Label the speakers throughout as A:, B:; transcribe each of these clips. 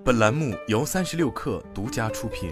A: 本栏目由36氪独家出品。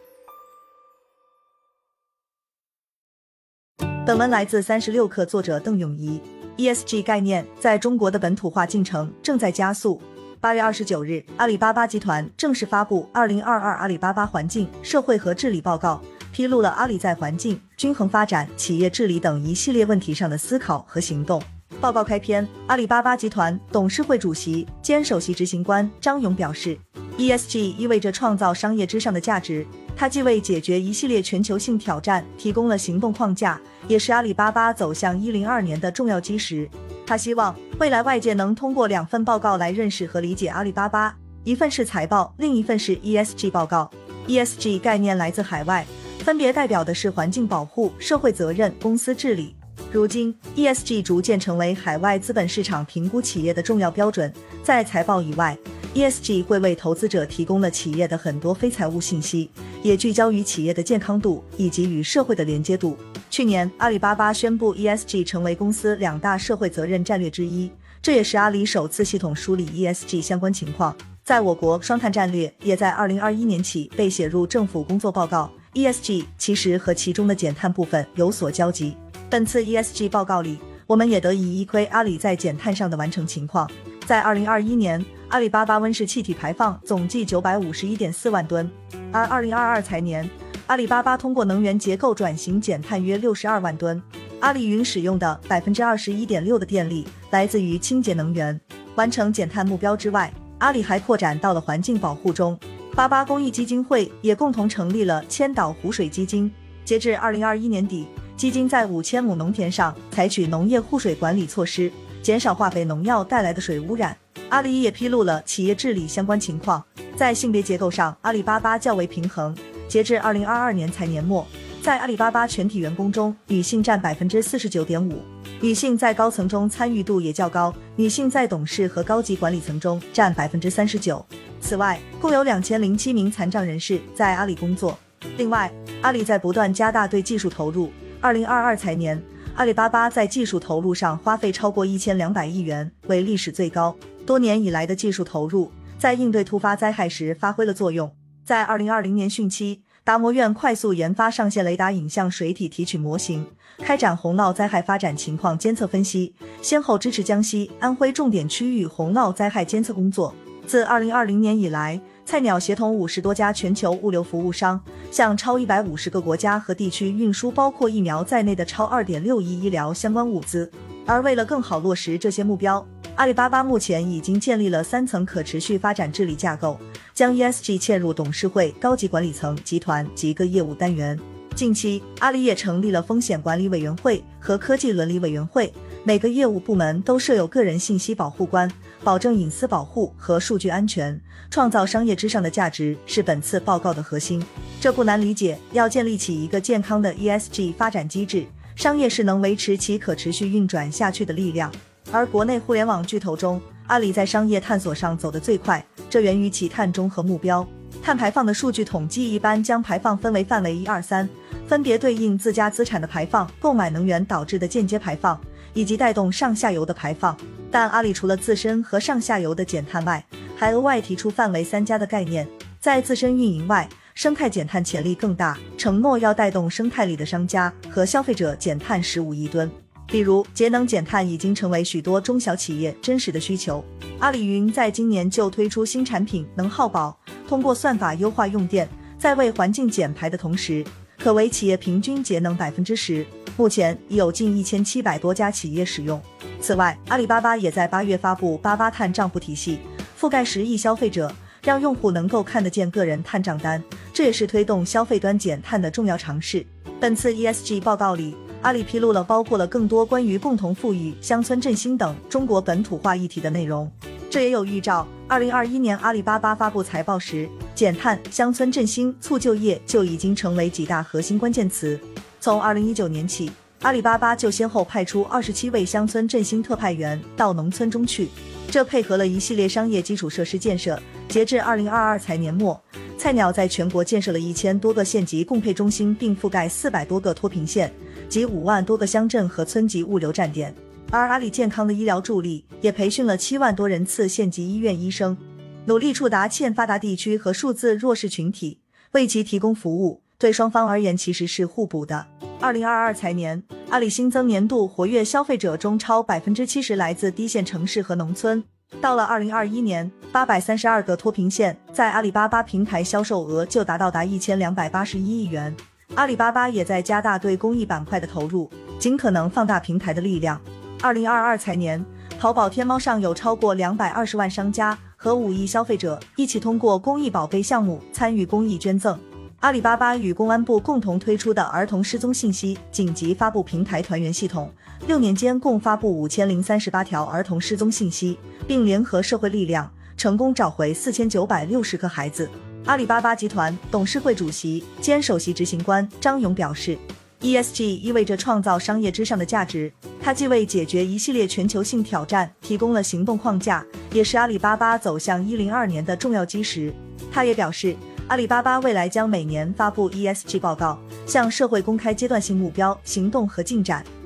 B: 本文来自36氪，作者邓永怡。ESG 概念在中国的本土化进程正在加速。8月29日，阿里巴巴集团正式发布2022阿里巴巴环境、社会和治理报告，披露了阿里在环境、均衡发展、企业治理等一系列问题上的思考和行动。报告开篇，阿里巴巴集团董事会主席兼首席执行官张勇表示， ESG 意味着创造商业之上的价值，它既为解决一系列全球性挑战提供了行动框架，也是阿里巴巴走向102年的重要基石。他希望未来外界能通过2份报告来认识和理解阿里巴巴，一份是财报，另一份是 ESG 报告。 ESG 概念来自海外，分别代表的是环境保护、社会责任、公司治理。如今 ESG 逐渐成为海外资本市场评估企业的重要标准。在财报以外， ESG 会为投资者提供了企业的很多非财务信息，也聚焦于企业的健康度以及与社会的连接度。去年阿里巴巴宣布 ESG 成为公司2大社会责任战略之一，这也是阿里首次系统梳理 ESG 相关情况。在我国，双碳战略也在2021年起被写入政府工作报告。 ESG 其实和其中的减碳部分有所交集。本次 ESG 报告里，我们也得以一窥阿里在减碳上的完成情况。在2021年，阿里巴巴温室气体排放总计951.4万吨，而2022财年，阿里巴巴通过能源结构转型减碳约62万吨。阿里云使用的 21.6% 的电力来自于清洁能源。完成减碳目标之外，阿里还扩展到了环境保护中。巴巴公益基金会也共同成立了千岛湖水基金。截至2021年底，基金在5000亩农田上采取农业护水管理措施，减少化肥农药带来的水污染。阿里也披露了企业治理相关情况。在性别结构上，阿里巴巴较为平衡。截至2022年财年末，在阿里巴巴全体员工中，女性占 49.5%， 女性在高层中参与度也较高，女性在董事和高级管理层中占 39%。 此外，共有2007名残障人士在阿里工作。另外，阿里在不断加大对技术投入。2022财年，阿里巴巴在技术投入上花费超过1200亿元，为历史最高。多年以来的技术投入在应对突发灾害时发挥了作用。在2020年汛期，达摩院快速研发上线雷达影像水体提取模型，开展洪涝灾害发展情况监测分析，先后支持江西、安徽重点区域洪涝灾害监测工作。自2020年以来，菜鸟协同50多家全球物流服务商，向超150个国家和地区运输包括疫苗在内的超2.6亿医疗相关物资。而为了更好落实这些目标，阿里巴巴目前已经建立了3层可持续发展治理架构，将 ESG 嵌入董事会、高级管理层、集团及各业务单元。近期，阿里也成立了风险管理委员会和科技伦理委员会，每个业务部门都设有个人信息保护官，保证隐私保护和数据安全。创造商业之上的价值是本次报告的核心。这不难理解，要建立起一个健康的 ESG 发展机制，商业是能维持其可持续运转下去的力量。而国内互联网巨头中，阿里在商业探索上走得最快，这源于其碳中和目标。碳排放的数据统计一般将排放分为范围1、2、3，分别对应自家资产的排放、购买能源导致的间接排放，以及带动上下游的排放。但阿里除了自身和上下游的减碳外，还额外提出范围3加的概念。在自身运营外，生态减碳潜力更大，承诺要带动生态里的商家和消费者减碳15亿吨。比如，节能减碳已经成为许多中小企业真实的需求。阿里云在今年就推出新产品能耗宝，通过算法优化用电，在为环境减排的同时，可为企业平均节能 10%。 目前已有近1700多家企业使用。此外，阿里巴巴也在8月发布巴巴碳账户体系，覆盖10亿消费者，让用户能够看得见个人碳账单，这也是推动消费端减碳的重要尝试。本次 ESG 报告里，阿里披露了包括了更多关于共同富裕、乡村振兴等中国本土化议题的内容。这也有预兆，2021年阿里巴巴发布财报时，减碳、乡村振兴、促就业就已经成为几大核心关键词。从2019年起，阿里巴巴就先后派出27位乡村振兴特派员到农村中去，这配合了一系列商业基础设施建设。截至2022财年末，菜鸟在全国建设了1000多个县级供配中心，并覆盖400多个脱贫县及5万多个乡镇和村级物流站点。而阿里健康的医疗助力也培训了7万多人次县级医院医生。 努力触达欠发达地区和数字弱势群体，为其提供服务，对双方而言其实是互补的。2022财年，阿里新增年度活跃消费者中超 70% 来自低线城市和农村。到了2021年，832个脱贫县在阿里巴巴平台销售额就达1281亿元。阿里巴巴也在加大对公益板块的投入，尽可能放大平台的力量。2022财年，淘宝天猫上有超过220万商家和5亿消费者一起通过公益宝贝项目参与公益捐赠。阿里巴巴与公安部共同推出的儿童失踪信息紧急发布平台团圆系统，6年间共发布5038条儿童失踪信息，并联合社会力量，成功找回4960个孩子。阿里巴巴集团董事会主席兼首席执行官张勇表示， ESG 意味着创造商业之上的价值，它既为解决一系列全球性挑战提供了行动框架，也是阿里巴巴走向102年的重要基石。他也表示，阿里巴巴未来将每年发布 ESG 报告，向社会公开阶段性目标、行动和进展。